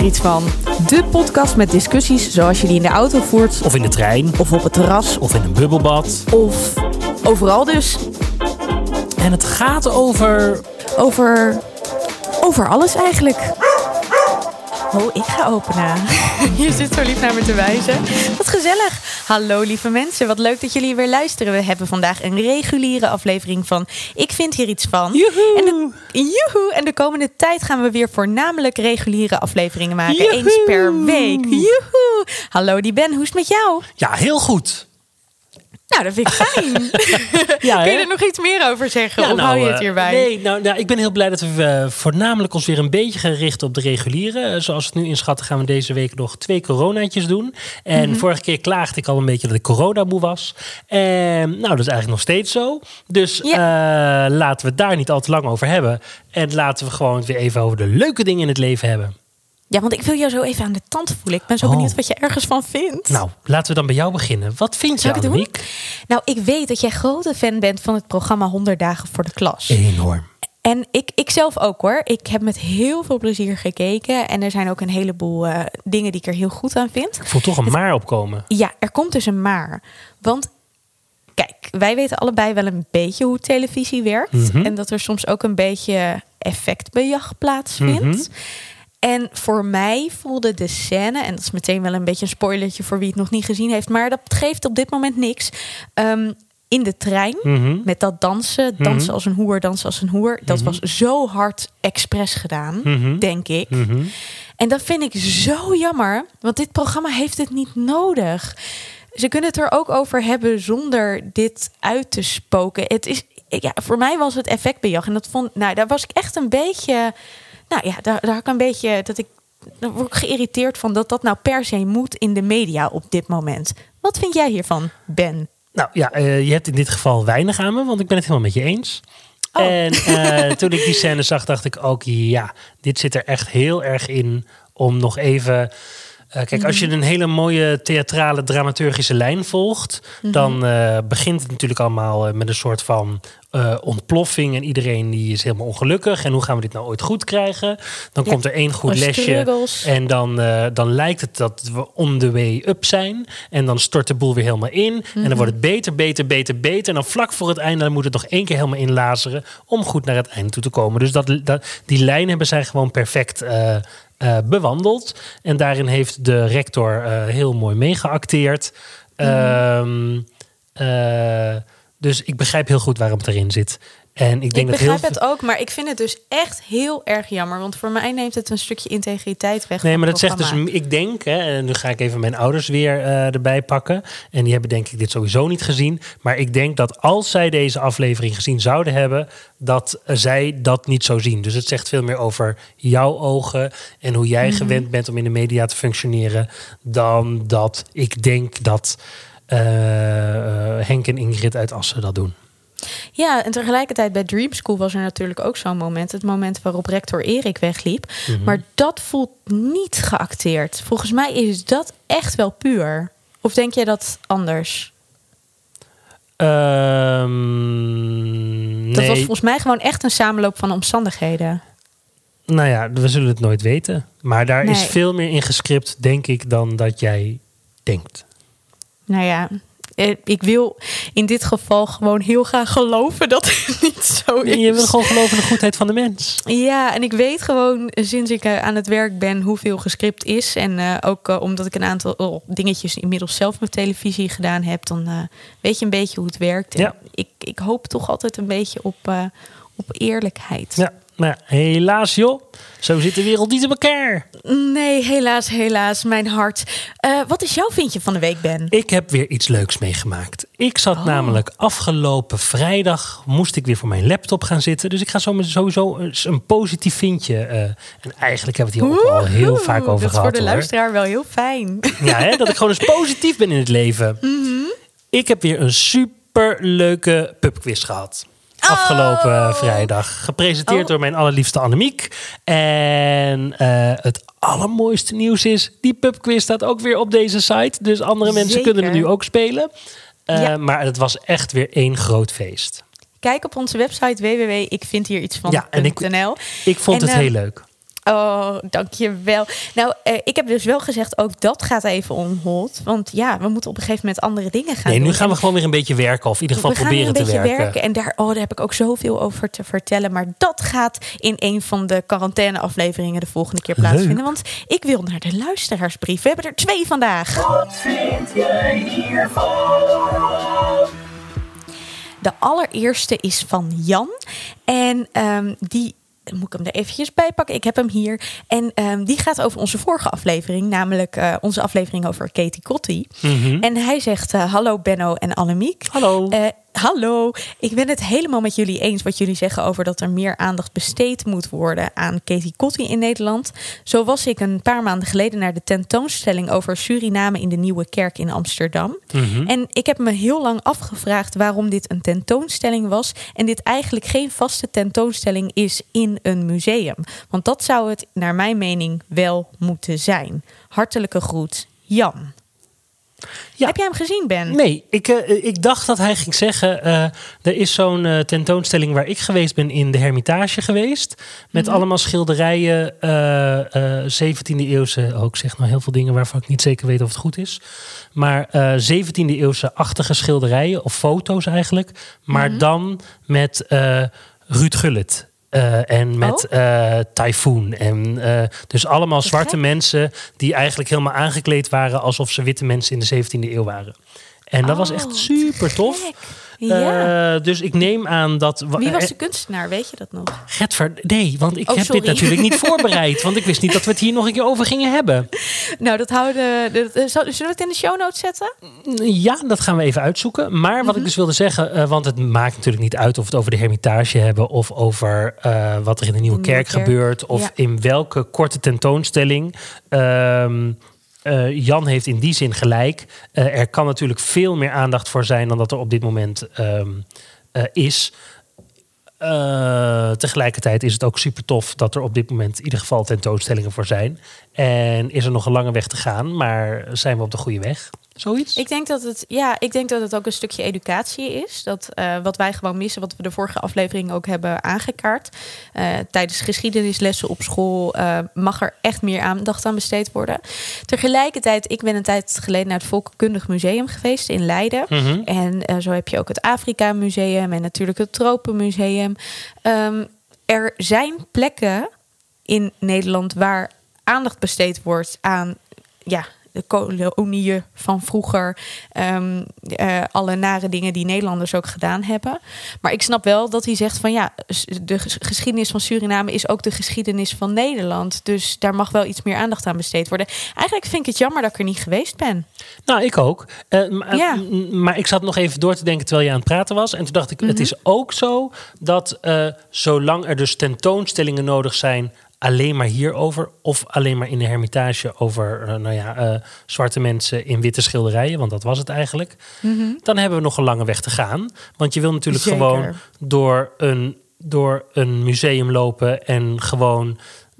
hier iets van? De podcast met discussies zoals je die in de auto voert. Of in de trein. Of op het terras. Of in een bubbelbad. Of overal dus. En het gaat over alles eigenlijk. Oh, ik ga openen. Je zit zo lief naar me te wijzen. Wat gezellig. Hallo lieve mensen, wat leuk dat jullie weer luisteren. We hebben vandaag een reguliere aflevering van Ik vind hier iets van. Joehoe! En de komende tijd gaan we weer voornamelijk reguliere afleveringen maken. Joehoe! Eens per week. Joehoe! Hallo die Ben, hoe is het met jou? Ja, heel goed. Nou, dat vind ik fijn. Ja, kun je er nog iets meer over zeggen? Of hou je het hierbij? Nee, ik ben heel blij dat we voornamelijk ons weer een beetje gaan richten op de reguliere. Zoals we het nu inschatten gaan we deze week nog 2 coronaatjes doen. En vorige keer klaagde ik al een beetje dat ik coronamoe was. En dat is eigenlijk nog steeds zo. Dus laten we het daar niet al te lang over hebben. En laten we gewoon het weer even over de leuke dingen in het leven hebben. Ja, want ik wil jou zo even aan de tand voelen. Ik ben zo benieuwd wat je ergens van vindt. Nou, laten we dan bij jou beginnen. Wat vind je, Annemiek? Nou, ik weet dat jij grote fan bent van het programma 100 dagen voor de klas. Enorm. En ik zelf ook hoor. Ik heb met heel veel plezier gekeken. En er zijn ook een heleboel dingen die ik er heel goed aan vind. Ik voel toch een maar opkomen. Ja, er komt dus een maar. Want kijk, wij weten allebei wel een beetje hoe televisie werkt. Mm-hmm. En dat er soms ook een beetje effectbejag plaatsvindt. Mm-hmm. En voor mij voelde de scène, en dat is meteen wel een beetje een spoilertje voor wie het nog niet gezien heeft, maar dat geeft op dit moment niks. In de trein, met dat dansen als een hoer, dansen als een hoer. Dat was zo hard expres gedaan, denk ik. En dat vind ik zo jammer, want dit programma heeft het niet nodig. Ze kunnen het er ook over hebben zonder dit uit te spoken. Het is, voor mij was het effectbejag. En daar was ik echt een beetje. Nou ja, daar had ik een beetje daar word ik geïrriteerd van dat nou per se moet in de media op dit moment. Wat vind jij hiervan, Ben? Nou ja, je hebt in dit geval weinig aan me, want ik ben het helemaal met je eens. Oh. En toen ik die scène zag, dacht ik ook, ja, dit zit er echt heel erg in om nog even. Kijk, als je een hele mooie theatrale, dramaturgische lijn volgt, dan begint het natuurlijk allemaal met een soort van ontploffing. En iedereen die is helemaal ongelukkig. En hoe gaan we dit nou ooit goed krijgen? Dan komt er 1 goed lesje. Struggles. En dan lijkt het dat we on the way up zijn. En dan stort de boel weer helemaal in. En dan wordt het beter. En dan vlak voor het einde dan moet het nog 1 keer helemaal inlazeren om goed naar het einde toe te komen. Dus die lijn hebben zij gewoon perfect bewandeld. En daarin heeft de rector heel mooi meegeacteerd. Dus ik begrijp heel goed waarom het erin zit. En ik begrijp het ook, maar ik vind het dus echt heel erg jammer. Want voor mij neemt het een stukje integriteit weg. Nee, maar dat zegt dus, ik denk, en nu ga ik even mijn ouders weer erbij pakken. En die hebben denk ik dit sowieso niet gezien. Maar ik denk dat als zij deze aflevering gezien zouden hebben, dat zij dat niet zo zien. Dus het zegt veel meer over jouw ogen en hoe jij gewend bent om in de media te functioneren, dan dat ik denk dat Henk en Ingrid uit Assen dat doen. Ja, en tegelijkertijd bij Dream School was er natuurlijk ook zo'n moment. Het moment waarop rector Erik wegliep. Maar dat voelt niet geacteerd. Volgens mij is dat echt wel puur. Of denk jij dat anders? Nee. Dat was volgens mij gewoon echt een samenloop van omstandigheden. Nou ja, we zullen het nooit weten. Maar daar is veel meer in gescript, denk ik, dan dat jij denkt. Nou ja, ik wil in dit geval gewoon heel graag geloven dat het niet zo is. Je wil gewoon geloven in de goedheid van de mens. Ja, en ik weet gewoon sinds ik aan het werk ben hoeveel gescript is. En ook omdat ik een aantal dingetjes inmiddels zelf met televisie gedaan heb. Dan weet je een beetje hoe het werkt. Ja. Ik hoop toch altijd een beetje op eerlijkheid. Ja. Nou, helaas joh. Zo zit de wereld niet in elkaar. Nee, helaas. Mijn hart. Wat is jouw vindje van de week, Ben? Ik heb weer iets leuks meegemaakt. Ik zat namelijk afgelopen vrijdag, moest ik weer voor mijn laptop gaan zitten. Dus ik ga sowieso een positief vindje. En eigenlijk hebben we het hier ook al heel vaak over gehad. Dat is voor de luisteraar wel heel fijn. Ja, hè, dat ik gewoon eens positief ben in het leven. Ik heb weer een superleuke pubquiz gehad. Afgelopen vrijdag. Gepresenteerd door mijn allerliefste Annemiek. En het allermooiste nieuws is, die pubquiz staat ook weer op deze site. Dus andere mensen kunnen er nu ook spelen. Maar het was echt weer 1 groot feest. Kijk op onze website www.ikvindhierietsvan.nl. Ik vond het heel leuk. Oh, dankjewel. Nou, ik heb dus wel gezegd, ook dat gaat even on hold. Want ja, we moeten op een gegeven moment andere dingen gaan doen. Nu gaan we gewoon weer een beetje werken. Of in ieder geval proberen te werken. En daar heb ik ook zoveel over te vertellen. Maar dat gaat in een van de quarantaine-afleveringen de volgende keer plaatsvinden. Leuk. Want ik wil naar de luisteraarsbrief. We hebben er 2 vandaag. Wat vind jij hiervan? De allereerste is van Jan. En die... moet ik hem er eventjes bij pakken? Ik heb hem hier. En die gaat over onze vorige aflevering. Namelijk onze aflevering over Katie Kotti. Mm-hmm. En hij zegt... hallo Benno en Annemiek. Hallo. Hallo. Ik ben het helemaal met jullie eens wat jullie zeggen over dat er meer aandacht besteed moet worden aan Katie Kotti in Nederland. Zo was ik een paar maanden geleden naar de tentoonstelling over Suriname in de Nieuwe Kerk in Amsterdam. Mm-hmm. En ik heb me heel lang afgevraagd waarom dit een tentoonstelling was. En dit eigenlijk geen vaste tentoonstelling is in een museum. Want dat zou het naar mijn mening wel moeten zijn. Hartelijke groet, Jan. Ja. Heb jij hem gezien, Ben? Nee, ik dacht dat hij ging zeggen... er is zo'n tentoonstelling waar ik geweest ben in de Hermitage geweest. Met allemaal schilderijen, 17e eeuwse... ik zeg nou heel veel dingen waarvan ik niet zeker weet of het goed is. Maar 17e eeuwse-achtige schilderijen, of foto's eigenlijk. Maar dan met Ruud Gullit. En met Typhoon. En dus allemaal zwarte mensen die eigenlijk helemaal aangekleed waren alsof ze witte mensen in de 17e eeuw waren. En dat was echt super tof. Ja. Dus ik neem aan dat... Wie was de kunstenaar? Weet je dat nog? Nee, want ik heb dit natuurlijk niet voorbereid. Want ik wist niet dat we het hier nog een keer over gingen hebben. Nou, zullen we het in de show notes zetten? Ja, dat gaan we even uitzoeken. Maar wat ik dus wilde zeggen... want het maakt natuurlijk niet uit of we het over de Hermitage hebben... of over wat er in de Nieuwe Kerk gebeurt... of in welke korte tentoonstelling... Jan heeft in die zin gelijk. Er kan natuurlijk veel meer aandacht voor zijn dan dat er op dit moment is. Tegelijkertijd is het ook super tof dat er op dit moment in ieder geval tentoonstellingen voor zijn. En is er nog een lange weg te gaan, maar zijn we op de goede weg? Zoiets? Ik denk dat het ook een stukje educatie is. Dat wat wij gewoon missen, wat we de vorige aflevering ook hebben aangekaart. Tijdens geschiedenislessen op school mag er echt meer aandacht aan besteed worden. Tegelijkertijd, ik ben een tijd geleden naar het Volkenkundig Museum geweest in Leiden. Mm-hmm. En zo heb je ook het Afrika Museum en natuurlijk het Tropenmuseum. Er zijn plekken in Nederland waar aandacht besteed wordt aan de kolonieën van vroeger. Alle nare dingen die Nederlanders ook gedaan hebben. Maar ik snap wel dat hij zegt van de geschiedenis van Suriname is ook de geschiedenis van Nederland. Dus daar mag wel iets meer aandacht aan besteed worden. Eigenlijk vind ik het jammer dat ik er niet geweest ben. Nou, ik ook. Maar ik zat nog even door te denken terwijl je aan het praten was. En toen dacht ik, het is ook zo dat zolang er dus tentoonstellingen nodig zijn... alleen maar hierover of alleen maar in de Hermitage over zwarte mensen in witte schilderijen, want dat was het eigenlijk. Mm-hmm. Dan hebben we nog een lange weg te gaan. Want je wil natuurlijk gewoon door een museum lopen en gewoon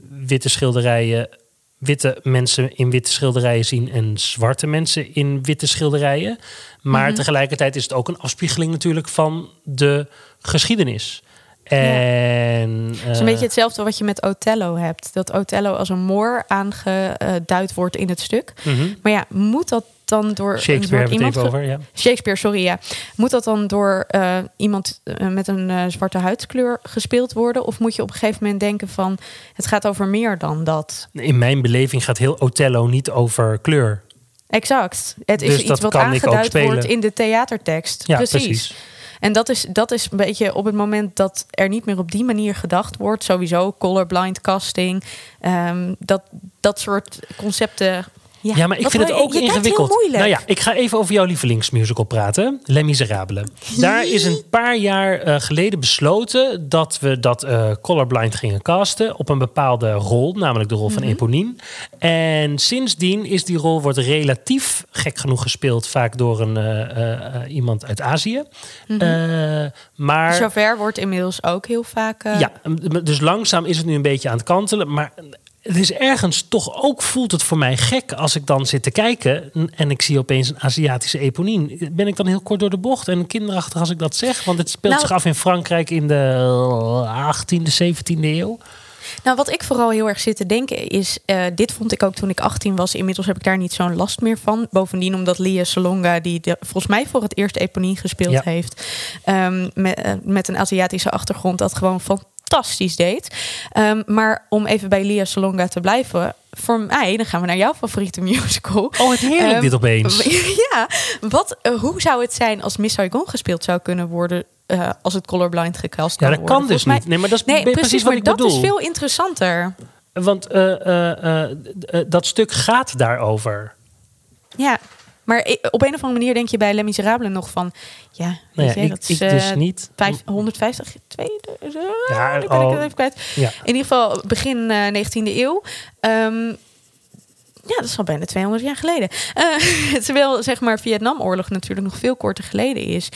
witte mensen in witte schilderijen zien en zwarte mensen in witte schilderijen. Maar tegelijkertijd is het ook een afspiegeling natuurlijk van de geschiedenis. En, het is een beetje hetzelfde wat je met Othello hebt. Dat Othello als een Moor aangeduid wordt in het stuk. Mm-hmm. Maar ja, moet dat dan door Shakespeare hebben we het even over, ja. Shakespeare, sorry, ja. Moet dat dan door iemand met een zwarte huidskleur gespeeld worden? Of moet je op een gegeven moment denken van... het gaat over meer dan dat? In mijn beleving gaat heel Othello niet over kleur. Exact. Het is iets wat aangeduid wordt in de theatertekst. Ja, precies. En dat is een beetje op het moment dat er niet meer op die manier gedacht wordt. Sowieso colorblind casting. Dat soort concepten. Ja, maar ik vind het ook ingewikkeld. Nou ja, ik ga even over jouw lievelingsmusical praten. Les Miserables. Daar is een paar jaar geleden besloten dat we dat colorblind gingen casten op een bepaalde rol, namelijk de rol van Eponine. En sindsdien is die rol wordt relatief gek genoeg gespeeld, vaak door iemand uit Azië. Maar Javert wordt inmiddels ook heel vaak. Ja, dus langzaam is het nu een beetje aan het kantelen, maar het is ergens toch ook, voelt het voor mij gek als ik dan zit te kijken en ik zie opeens een Aziatische Eponine. Ben ik dan heel kort door de bocht en kinderachtig als ik dat zeg? Want het speelt zich af in Frankrijk in de 18e, 17e eeuw. Nou, wat ik vooral heel erg zit te denken is... dit vond ik ook toen ik 18 was. Inmiddels heb ik daar niet zo'n last meer van. Bovendien omdat Lea Salonga... die volgens mij voor het eerst Eponine gespeeld heeft... met een Aziatische achtergrond... dat gewoon fantastisch deed. Maar om even bij Lea Salonga te blijven... voor mij, dan gaan we naar jouw favoriete musical. Oh, het heerlijk dit opeens. Ja, hoe zou het zijn als Miss Saigon gespeeld zou kunnen worden... als het colorblind gecast kan worden? Ja, dat kan dus niet. Nee, maar dat is precies wat ik bedoel. Dat is veel interessanter. Want dat stuk gaat daarover. Ja, maar op een of andere manier denk je bij Les Miserables nog van... Ja, dat is dus niet. 150, 2000. Ja, ik het even kwijt. Ja. In ieder geval begin 19e eeuw. Ja, dat is al bijna 200 jaar geleden. Terwijl, zeg maar, Vietnamoorlog natuurlijk nog veel korter geleden is.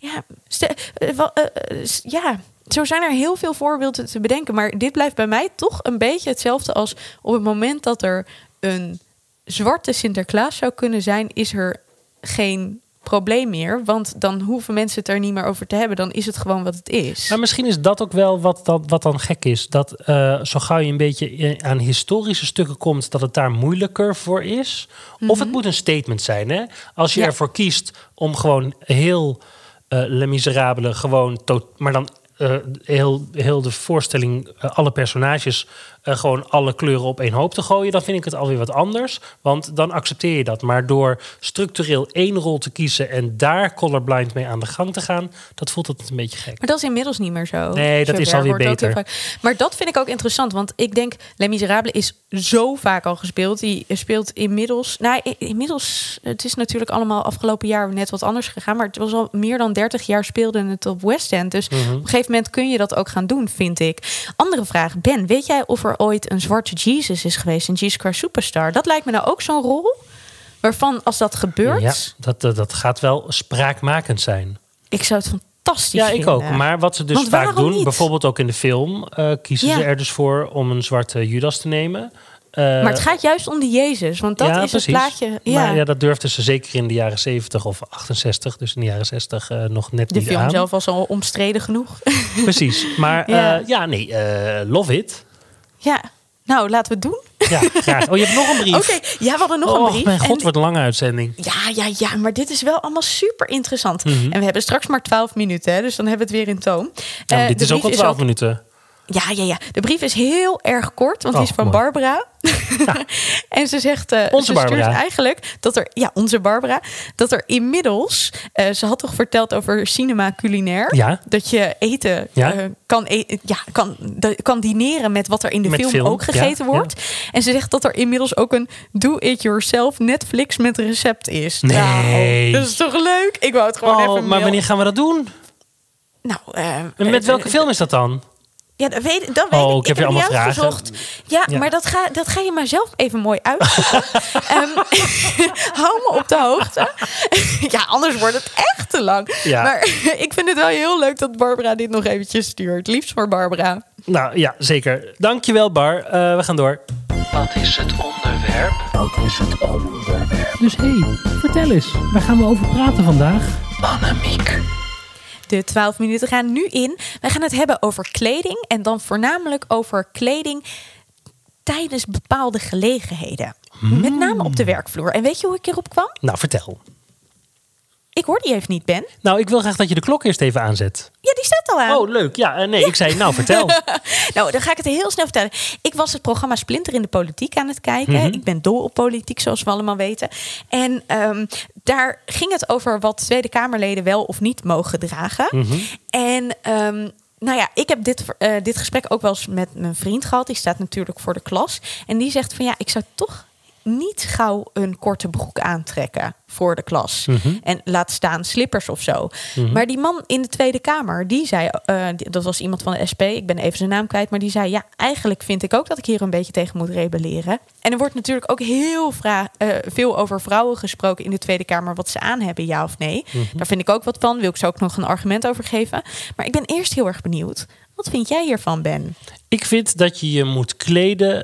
Ja, zo zijn er heel veel voorbeelden te bedenken. Maar dit blijft bij mij toch een beetje hetzelfde als op het moment dat er een zwarte Sinterklaas zou kunnen zijn, is er geen probleem meer. Want dan hoeven mensen het er niet meer over te hebben. Dan is het gewoon wat het is. Maar misschien is dat ook wel wat dan gek is. Dat zo gauw je een beetje aan historische stukken komt... dat het daar moeilijker voor is. Of het moet een statement zijn. Hè? Als je ervoor kiest om gewoon heel Les Miserables... maar dan heel de voorstelling... alle personages... gewoon alle kleuren op één hoop te gooien... dan vind ik het alweer wat anders. Want dan accepteer je dat. Maar door structureel één rol te kiezen... en daar colorblind mee aan de gang te gaan... dat voelt het een beetje gek. Maar dat is inmiddels niet meer zo. Nee, dat is alweer beter. Maar dat vind ik ook interessant. Want ik denk, Les Miserables is zo vaak al gespeeld. Die speelt inmiddels... Nou, inmiddels... Het is natuurlijk allemaal afgelopen jaar net wat anders gegaan. Maar het was al meer dan 30 jaar speelde het op West End. Dus op een gegeven moment kun je dat ook gaan doen, vind ik. Andere vraag. Ben, weet jij of er ooit een zwarte Jesus is geweest, een Jesus Christ Superstar? Dat lijkt me nou ook zo'n rol waarvan als dat gebeurt... Ja, dat gaat wel spraakmakend zijn. Ik zou het fantastisch vinden. Ja, ik ook. Maar wat ze dus vaak doen, niet? Bijvoorbeeld ook in de film... kiezen ze er dus voor om een zwarte Judas te nemen. Maar het gaat juist om die Jezus, want dat is precies. Het plaatje. Ja. Maar dat durfden ze zeker in de jaren 70 of 68, dus in de jaren 60 nog net niet aan. De film zelf was al omstreden genoeg. Precies, maar love it. Ja, nou, laten we het doen. Ja, graag. Oh, je hebt nog een brief. Oké, ja, we hadden nog een brief. Oh, mijn god, wat een lange uitzending. Ja, maar dit is wel allemaal super interessant. En we hebben straks maar 12 minuten, hè, dus dan hebben we het weer in toon. Ja, dit is ook al 12 minuten. Ja. De brief is heel erg kort, want die is van mooi. Barbara. Ja. En ze zegt... onze Barbara. Eigenlijk dat er... Ja, onze Barbara. Dat er inmiddels... ze had toch verteld over cinema culinair? Ja. Dat je eten kan dineren met wat er in de film ook gegeten wordt. Ja. En ze zegt dat er inmiddels ook een do-it-yourself Netflix met recept is. Nee. Nou, dat is toch leuk? Ik wou het gewoon even... Maar wanneer gaan we dat doen? Nou, met welke film is dat dan? Ja, dat weet ik. Ik heb je allemaal vragen. Ja, maar dat ga je maar zelf even mooi uitzoeken. Hou me op de hoogte. Ja, anders wordt het echt te lang. Ja. Maar ik vind het wel heel leuk dat Barbara dit nog eventjes stuurt. Liefst voor Barbara. Nou ja, zeker. Dankjewel, Bar. We gaan door. Wat is het onderwerp? Dus vertel eens. Waar gaan we over praten vandaag? Annemiek. De 12 minuten gaan nu in. Wij gaan het hebben over kleding. En dan voornamelijk over kleding tijdens bepaalde gelegenheden. Met name op de werkvloer. En weet je hoe ik hierop kwam? Nou, vertel. Ik hoor die even niet, Ben. Nou, ik wil graag dat je de klok eerst even aanzet. Ja, die staat al aan. Oh, leuk. Ja, nee, ik zei, nou, vertel. Nou, dan ga ik het heel snel vertellen. Ik was het programma Splinter in de Politiek aan het kijken. Ik ben dol op politiek, zoals we allemaal weten. En daar ging het over wat Tweede Kamerleden wel of niet mogen dragen. En... nou ja, ik heb dit gesprek ook wel eens met mijn vriend gehad. Die staat natuurlijk voor de klas. En die zegt van ja, ik zou toch niet gauw een korte broek aantrekken voor de klas. En laat staan slippers of zo. Maar die man in de Tweede Kamer, die zei... dat was iemand van de SP, ik ben even zijn naam kwijt... maar die zei, ja, eigenlijk vind ik ook dat ik hier een beetje tegen moet rebelleren. En er wordt natuurlijk ook heel veel over vrouwen gesproken in de Tweede Kamer... wat ze aan hebben, ja of nee. Daar vind ik ook wat van, wil ik ze ook nog een argument over geven. Maar ik ben eerst heel erg benieuwd. Wat vind jij hiervan, Ben? Ik vind dat je je moet kleden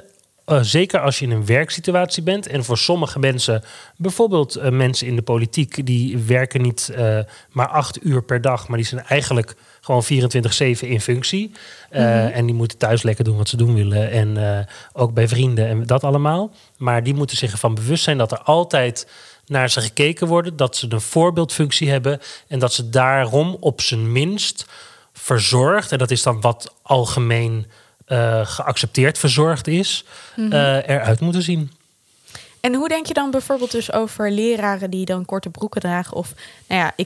zeker als je in een werksituatie bent. En voor sommige mensen, bijvoorbeeld mensen in de politiek, die werken niet maar 8 uur per dag, maar die zijn eigenlijk gewoon 24/7 in functie. En die moeten thuis lekker doen wat ze doen willen. En ook bij vrienden en dat allemaal. Maar die moeten zich ervan bewust zijn dat er altijd naar ze gekeken wordt, dat ze een voorbeeldfunctie hebben en dat ze daarom op zijn minst verzorgd, en dat is dan wat algemeen geaccepteerd verzorgd is, eruit moeten zien. En hoe denk je dan bijvoorbeeld dus over leraren die dan korte broeken dragen? Of, nou ja,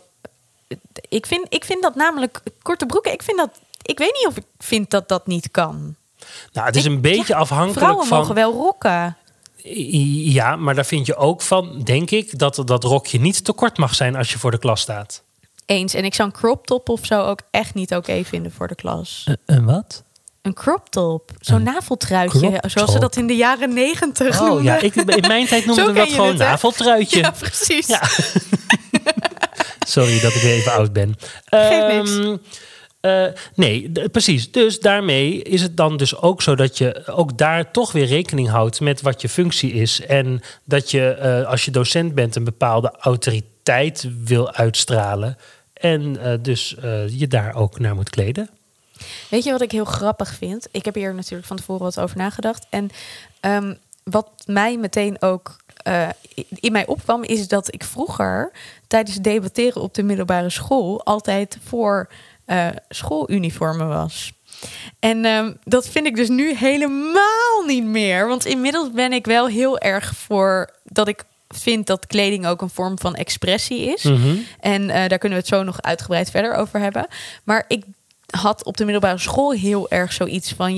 ik vind dat namelijk korte broeken, ik weet niet of ik vind dat dat niet kan. Nou, het is een beetje afhankelijk vrouwen van. Mogen wel rokken. Ja, maar daar vind je ook van, denk ik, dat rokje niet te kort mag zijn als je voor de klas staat. Eens. En ik zou een crop top of zo ook echt niet oké vinden voor de klas. Een wat? Een crop top. Zo'n naveltruitje. Zoals ze dat in de jaren 90 noemden. Ja, in mijn tijd noemden we dat gewoon naveltruitje. Ja, precies. Ja. Sorry dat ik weer even oud ben. Geeft niks. Nee, precies. Dus daarmee is het dan dus ook zo dat je ook daar toch weer rekening houdt met wat je functie is. En dat je, als je docent bent, een bepaalde autoriteit wil uitstralen. En dus je daar ook naar moet kleden. Weet je wat ik heel grappig vind? Ik heb hier natuurlijk van tevoren wat over nagedacht. En wat mij meteen ook in mij opkwam, is dat ik vroeger tijdens het debatteren op de middelbare school altijd voor schooluniformen was. En dat vind ik dus nu helemaal niet meer. Want inmiddels ben ik wel heel erg voor dat ik vind dat kleding ook een vorm van expressie is. En daar kunnen we het zo nog uitgebreid verder over hebben. Maar ik had op de middelbare school heel erg zoiets van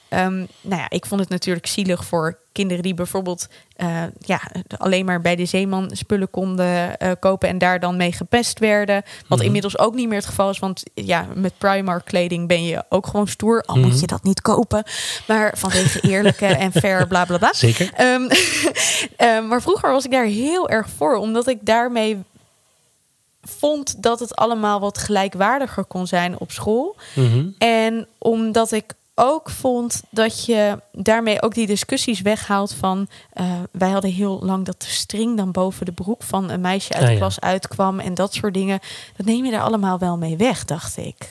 ik vond het natuurlijk zielig voor kinderen die bijvoorbeeld alleen maar bij de Zeeman spullen konden kopen en daar dan mee gepest werden. Wat inmiddels ook niet meer het geval is, want met Primark kleding ben je ook gewoon stoer. Al moet je dat niet kopen, maar vanwege eerlijke en fair bla bla bla. Zeker. Maar vroeger was ik daar heel erg voor, omdat ik daarmee vond dat het allemaal wat gelijkwaardiger kon zijn op school. En omdat ik ook vond dat je daarmee ook die discussies weghaalt van wij hadden heel lang dat de string dan boven de broek van een meisje uit de klas uitkwam en dat soort dingen. Dat neem je daar allemaal wel mee weg, dacht ik.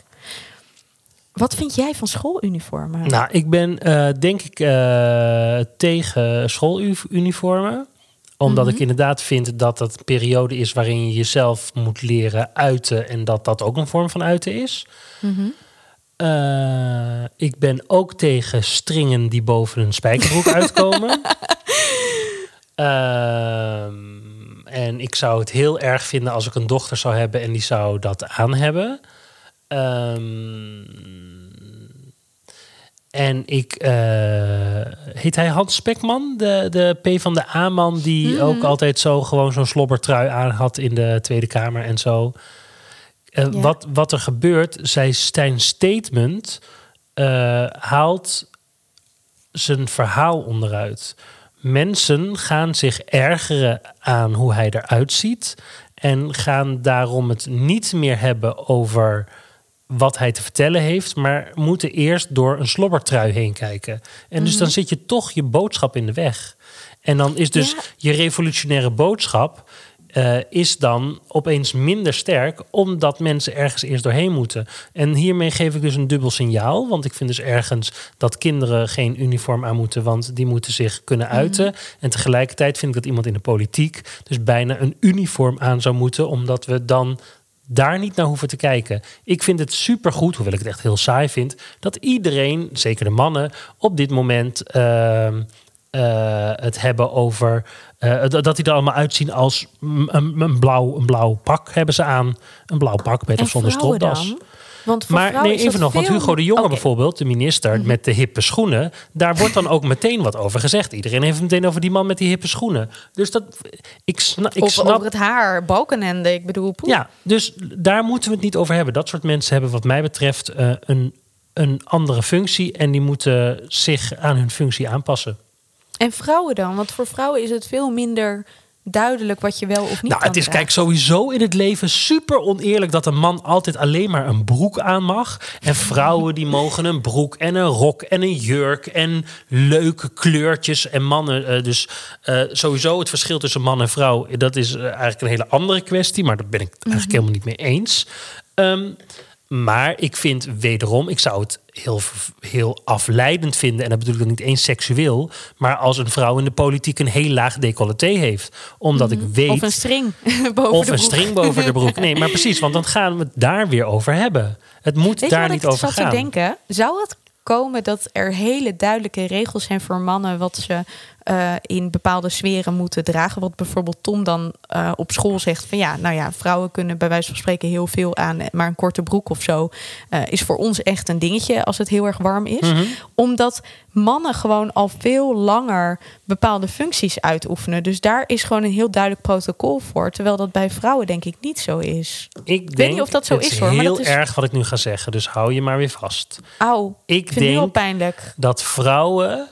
Wat vind jij van schooluniformen? Nou, ik ben denk ik tegen schooluniformen. Omdat ik inderdaad vind dat dat een periode is waarin je jezelf moet leren uiten. En dat dat ook een vorm van uiten is. Ik ben ook tegen stringen die boven een spijkerbroek uitkomen. En ik zou het heel erg vinden als ik een dochter zou hebben en die zou dat aan hebben. En ik heet hij Hans Spekman, de PvdA-man die ook altijd zo gewoon zo'n slobbertrui aan had in de Tweede Kamer en zo. Wat er gebeurt, zijn statement haalt zijn verhaal onderuit. Mensen gaan zich ergeren aan hoe hij eruit ziet en gaan daarom het niet meer hebben over wat hij te vertellen heeft, maar moeten eerst door een slobbertrui heen kijken. En dus dan zit je toch je boodschap in de weg. En dan is dus je revolutionaire boodschap is dan opeens minder sterk, omdat mensen ergens eerst doorheen moeten. En hiermee geef ik dus een dubbel signaal, want ik vind dus ergens dat kinderen geen uniform aan moeten, want die moeten zich kunnen uiten. En tegelijkertijd vind ik dat iemand in de politiek dus bijna een uniform aan zou moeten, omdat we dan daar niet naar hoeven te kijken. Ik vind het supergoed, hoewel ik het echt heel saai vind, dat iedereen, zeker de mannen, op dit moment het hebben over dat die er allemaal uitzien als een blauw pak hebben ze aan. Een blauw pak met of zonder stropdas. Maar nee, even nog, want Hugo de Jonge bijvoorbeeld, de minister met de hippe schoenen, daar wordt dan ook meteen wat over gezegd. Iedereen heeft het meteen over die man met die hippe schoenen. Dus dat, ik snap over het haar, Balkenende, ik bedoel. Poeh. Ja, dus daar moeten we het niet over hebben. Dat soort mensen hebben wat mij betreft een andere functie en die moeten zich aan hun functie aanpassen. En vrouwen dan? Want voor vrouwen is het veel minder duidelijk wat je wel of niet Nou, kan het is dragen. kijk sowieso in het leven super oneerlijk dat een man altijd alleen maar een broek aan mag. En vrouwen die mogen een broek en een rok en een jurk en leuke kleurtjes. En mannen, sowieso het verschil tussen man en vrouw, dat is eigenlijk een hele andere kwestie. Maar daar ben ik het eigenlijk helemaal niet mee eens. Maar ik vind wederom, ik zou het heel afleidend vinden. En dat bedoel ik dan niet eens seksueel. Maar als een vrouw in de politiek een heel laag decolleté heeft. Omdat ik weet... Of een string boven de Of een broek. string boven de broek. Nee, maar precies, want dan gaan we het daar weer over hebben. Het moet Weet je daar wat niet ik over zat te gaan. denken? Zou het komen dat er hele duidelijke regels zijn voor mannen wat ze in bepaalde sferen moeten dragen? Wat bijvoorbeeld Tom dan op school zegt van vrouwen kunnen bij wijze van spreken heel veel aan, maar een korte broek of zo is voor ons echt een dingetje als het heel erg warm is. Omdat mannen gewoon al veel langer bepaalde functies uitoefenen. Dus daar is gewoon een heel duidelijk protocol voor. Terwijl dat bij vrouwen denk ik niet zo is. Ik weet niet of dat zo is, hoor, maar heel dat is erg wat ik nu ga zeggen, dus hou je maar weer vast. Ik vind het heel denk pijnlijk. dat vrouwen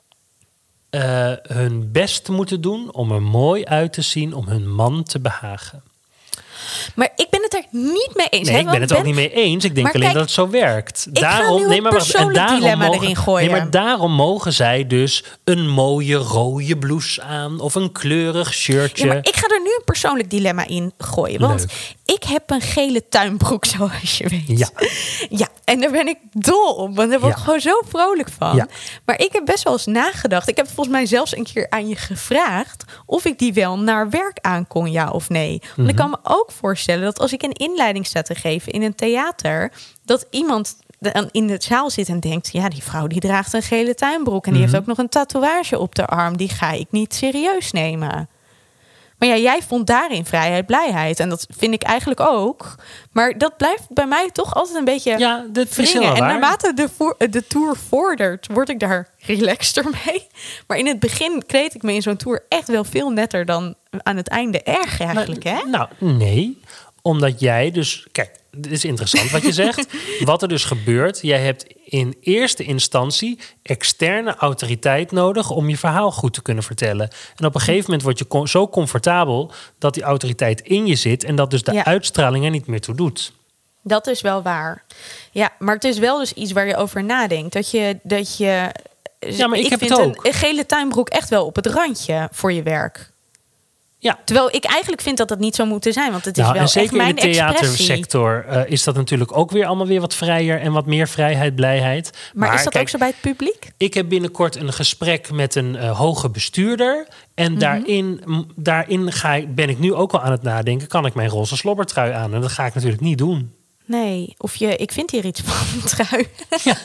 hun best moeten doen om er mooi uit te zien om hun man te behagen. Maar ik ben het er niet mee eens. Nee, ik ben het ook niet mee eens. Ik denk Maar alleen kijk, dat het zo werkt. ik ga nu een persoonlijk dilemma erin gooien. Nee, maar daarom mogen zij dus een mooie rode blouse aan of een kleurig shirtje. Ja, maar ik ga er nu een persoonlijk dilemma in gooien. Want Leuk. ik heb een gele tuinbroek, zoals je weet. Ja. Ja, en daar ben ik dol op. Want daar word ik Ja. gewoon zo vrolijk van. Ja. Maar ik heb best wel eens nagedacht. Ik heb volgens mij zelfs een keer aan je gevraagd of ik die wel naar werk aan kon, ja of nee. Want ik kan me ook voorstellen dat als ik een inleiding sta te geven in een theater, dat iemand in de zaal zit en denkt, ja, die vrouw die draagt een gele tuinbroek en die heeft ook nog een tatoeage op de arm. Die ga ik niet serieus nemen. Maar ja, jij vond daarin vrijheid, blijheid. En dat vind ik eigenlijk ook. Maar dat blijft bij mij toch altijd een beetje Ja, dat is wringen. wel En waar. naarmate de tour vordert, word ik daar relaxter mee. Maar in het begin kleed ik me in zo'n tour echt wel veel netter dan aan het einde. Erg eigenlijk, hè? Nou, nee. Omdat jij dus... Kijk, dit is interessant wat je zegt. Wat er dus gebeurt, jij hebt in eerste instantie externe autoriteit nodig om je verhaal goed te kunnen vertellen. En op een gegeven moment word je zo comfortabel dat die autoriteit in je zit en dat dus de uitstraling er niet meer toe doet. Dat is wel waar. Ja, maar het is wel dus iets waar je over nadenkt. Dat je Ja, maar ik heb vind het ook. een gele tuinbroek echt wel op het randje voor je werk. Ja. Terwijl ik eigenlijk vind dat dat niet zou moeten zijn. Want het is wel en zeker echt mijn in de expressie. theatersector is dat natuurlijk ook weer allemaal weer wat vrijer en wat meer vrijheid, blijheid. Maar is dat kijk, ook zo bij het publiek? Ik heb binnenkort een gesprek met een hoge bestuurder. En daarin ben ik nu ook al aan het nadenken, kan ik mijn roze slobbertrui aan? En dat ga ik natuurlijk niet doen. Nee, ik vind hier iets van een trui. Ja.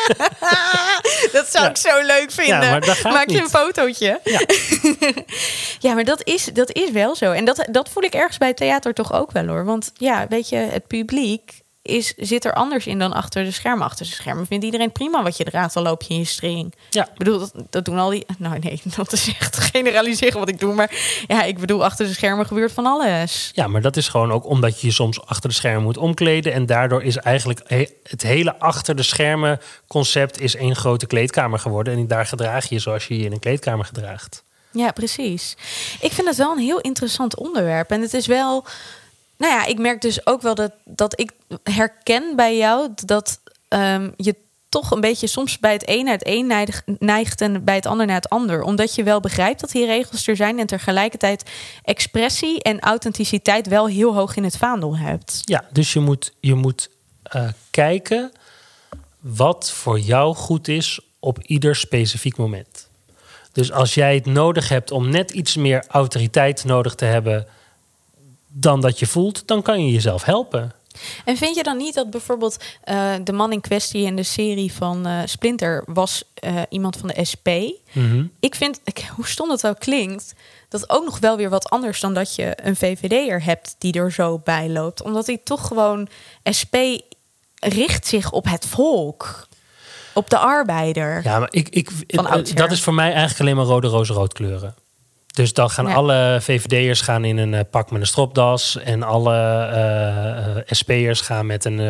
Dat zou ik zo leuk vinden. Ja, maar dat gaat Maak je niet. een fotootje? Ja. Ja, maar dat is wel zo. En dat voel ik ergens bij theater toch ook wel, hoor. Want ja, weet je, het publiek zit er anders in dan achter de schermen. Achter de schermen vindt iedereen prima wat je draagt, al loop je in je string. Ja. Ik bedoel, dat doen al die... Nou nee, dat is echt generaliseren wat ik doe. Maar ja, ik bedoel, achter de schermen gebeurt van alles. Ja, maar dat is gewoon ook omdat je je soms achter de schermen moet omkleden. En daardoor is eigenlijk het hele achter de schermen concept is één grote kleedkamer geworden. En daar gedraag je je zoals je je in een kleedkamer gedraagt. Ja, precies. Ik vind het wel een heel interessant onderwerp. En het is wel... Nou ja, ik merk dus ook wel dat ik herken bij jou dat je toch een beetje soms bij het een naar het een neigt en bij het ander naar het ander. Omdat je wel begrijpt dat die regels er zijn en tegelijkertijd expressie en authenticiteit wel heel hoog in het vaandel hebt. Ja, dus je moet kijken wat voor jou goed is op ieder specifiek moment. Dus als jij het nodig hebt om net iets meer autoriteit nodig te hebben dan dat je voelt, dan kan je jezelf helpen. En vind je dan niet dat bijvoorbeeld de man in kwestie in de serie van Splinter was iemand van de SP? Mm-hmm. Ik vind, hoe stom dat ook klinkt, dat ook nog wel weer wat anders dan dat je een VVD'er hebt die er zo bij loopt. Omdat hij toch gewoon, SP richt zich op het volk. Op de arbeider. Ja, maar Van oudsher. dat is voor mij eigenlijk alleen maar rode, roze, rood kleuren. Dus dan gaan alle VVD'ers gaan in een pak met een stropdas. En alle SP'ers gaan met een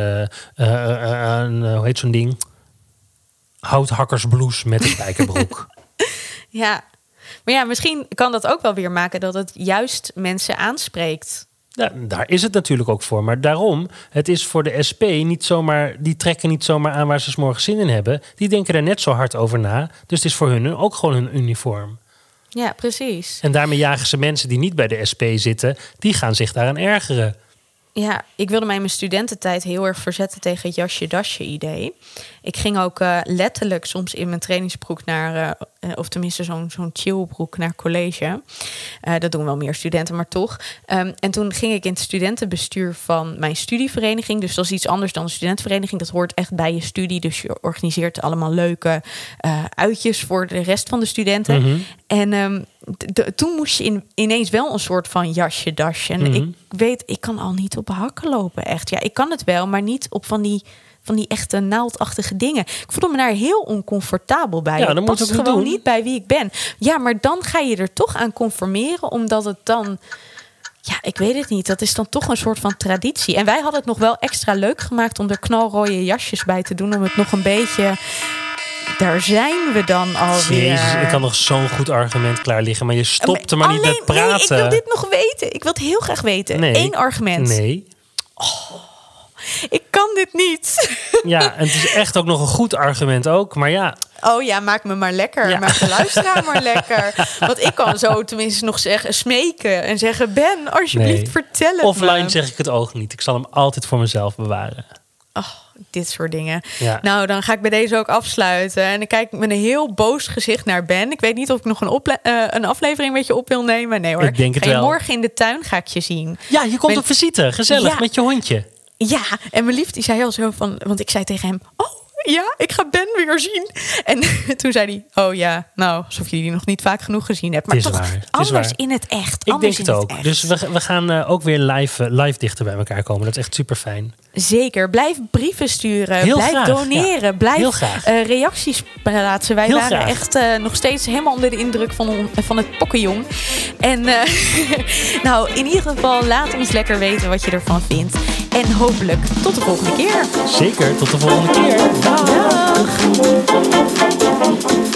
hoe heet zo'n ding? Houthakkersblouse met een spijkerbroek. Ja. Maar ja, misschien kan dat ook wel weer maken dat het juist mensen aanspreekt. Ja, daar is het natuurlijk ook voor. Maar daarom, het is voor de SP niet zomaar... die trekken niet zomaar aan waar ze 's morgens zin in hebben. Die denken er net zo hard over na. Dus het is voor hun ook gewoon hun uniform. Ja, precies. En daarmee jagen ze mensen die niet bij de SP zitten... die gaan zich daaraan ergeren. Ja, ik wilde mij in mijn studententijd heel erg verzetten tegen het jasje-dasje-idee. Ik ging ook letterlijk soms in mijn trainingsbroek naar... of tenminste zo'n chillbroek naar college. Dat doen wel meer studenten, maar toch. En toen ging ik in het studentenbestuur van mijn studievereniging. Dus dat is iets anders dan een studentenvereniging. Dat hoort echt bij je studie. Dus je organiseert allemaal leuke uitjes voor de rest van de studenten. Mm-hmm. En toen moest je ineens wel een soort van jasje-dasje. En Mm-hmm. ik kan al niet op hakken lopen, echt. Ja, ik kan het wel, maar niet op van die echte naaldachtige dingen. Ik voelde me daar heel oncomfortabel bij. Ja, dan het moet past je ook niet gewoon doen. niet bij wie ik ben. Ja, maar dan ga je er toch aan conformeren, omdat het dan... Ja, ik weet het niet. Dat is dan toch een soort van traditie. En wij hadden het nog wel extra leuk gemaakt om er knalrooie jasjes bij te doen, om het nog een beetje... Daar zijn we dan alweer. Jezus, ik kan nog zo'n goed argument klaar liggen. Maar je stopt er maar niet met praten. Nee, ik wil dit nog weten. Ik wil het heel graag weten. Nee. 1 argument. Nee. Ik kan dit niet. Ja, en het is echt ook nog een goed argument ook. Maar ja, Oh ja, maak me maar lekker. Ja. Maak de luisteraar maar lekker. Want ik kan zo tenminste nog smeken en zeggen... Ben, alsjeblieft, nee. vertel het Offline me. zeg ik het ook niet. Ik zal hem altijd voor mezelf bewaren. Oh, dit soort dingen. Ja. Nou, dan ga ik bij deze ook afsluiten. En dan kijk ik met een heel boos gezicht naar Ben. Ik weet niet of ik nog een aflevering met je op wil nemen. Nee hoor. Ik denk het Ga je wel. morgen in de tuin ga ik je zien. Ja, je komt Ben- op visite. Gezellig, Ja. met je hondje. Ja, en mijn lief die zei al zo van... Want ik zei tegen hem... Oh ja, ik ga Ben weer zien. En toen zei hij... Oh ja, nou, alsof je die nog niet vaak genoeg gezien hebt. Maar Het is toch waar, het is anders waar. in het echt. Ik anders denk het in ook. echt. Dus we gaan ook weer live dichter bij elkaar komen. Dat is echt super fijn. Zeker. Blijf brieven sturen. Heel blijf graag, doneren. ja. Blijf Heel graag. reacties plaatsen. Wij Heel waren graag. echt nog steeds helemaal onder de indruk van het pokkenjong. En nou, in ieder geval laat ons lekker weten wat je ervan vindt. En hopelijk tot de volgende keer. Zeker, tot de volgende keer. Dag.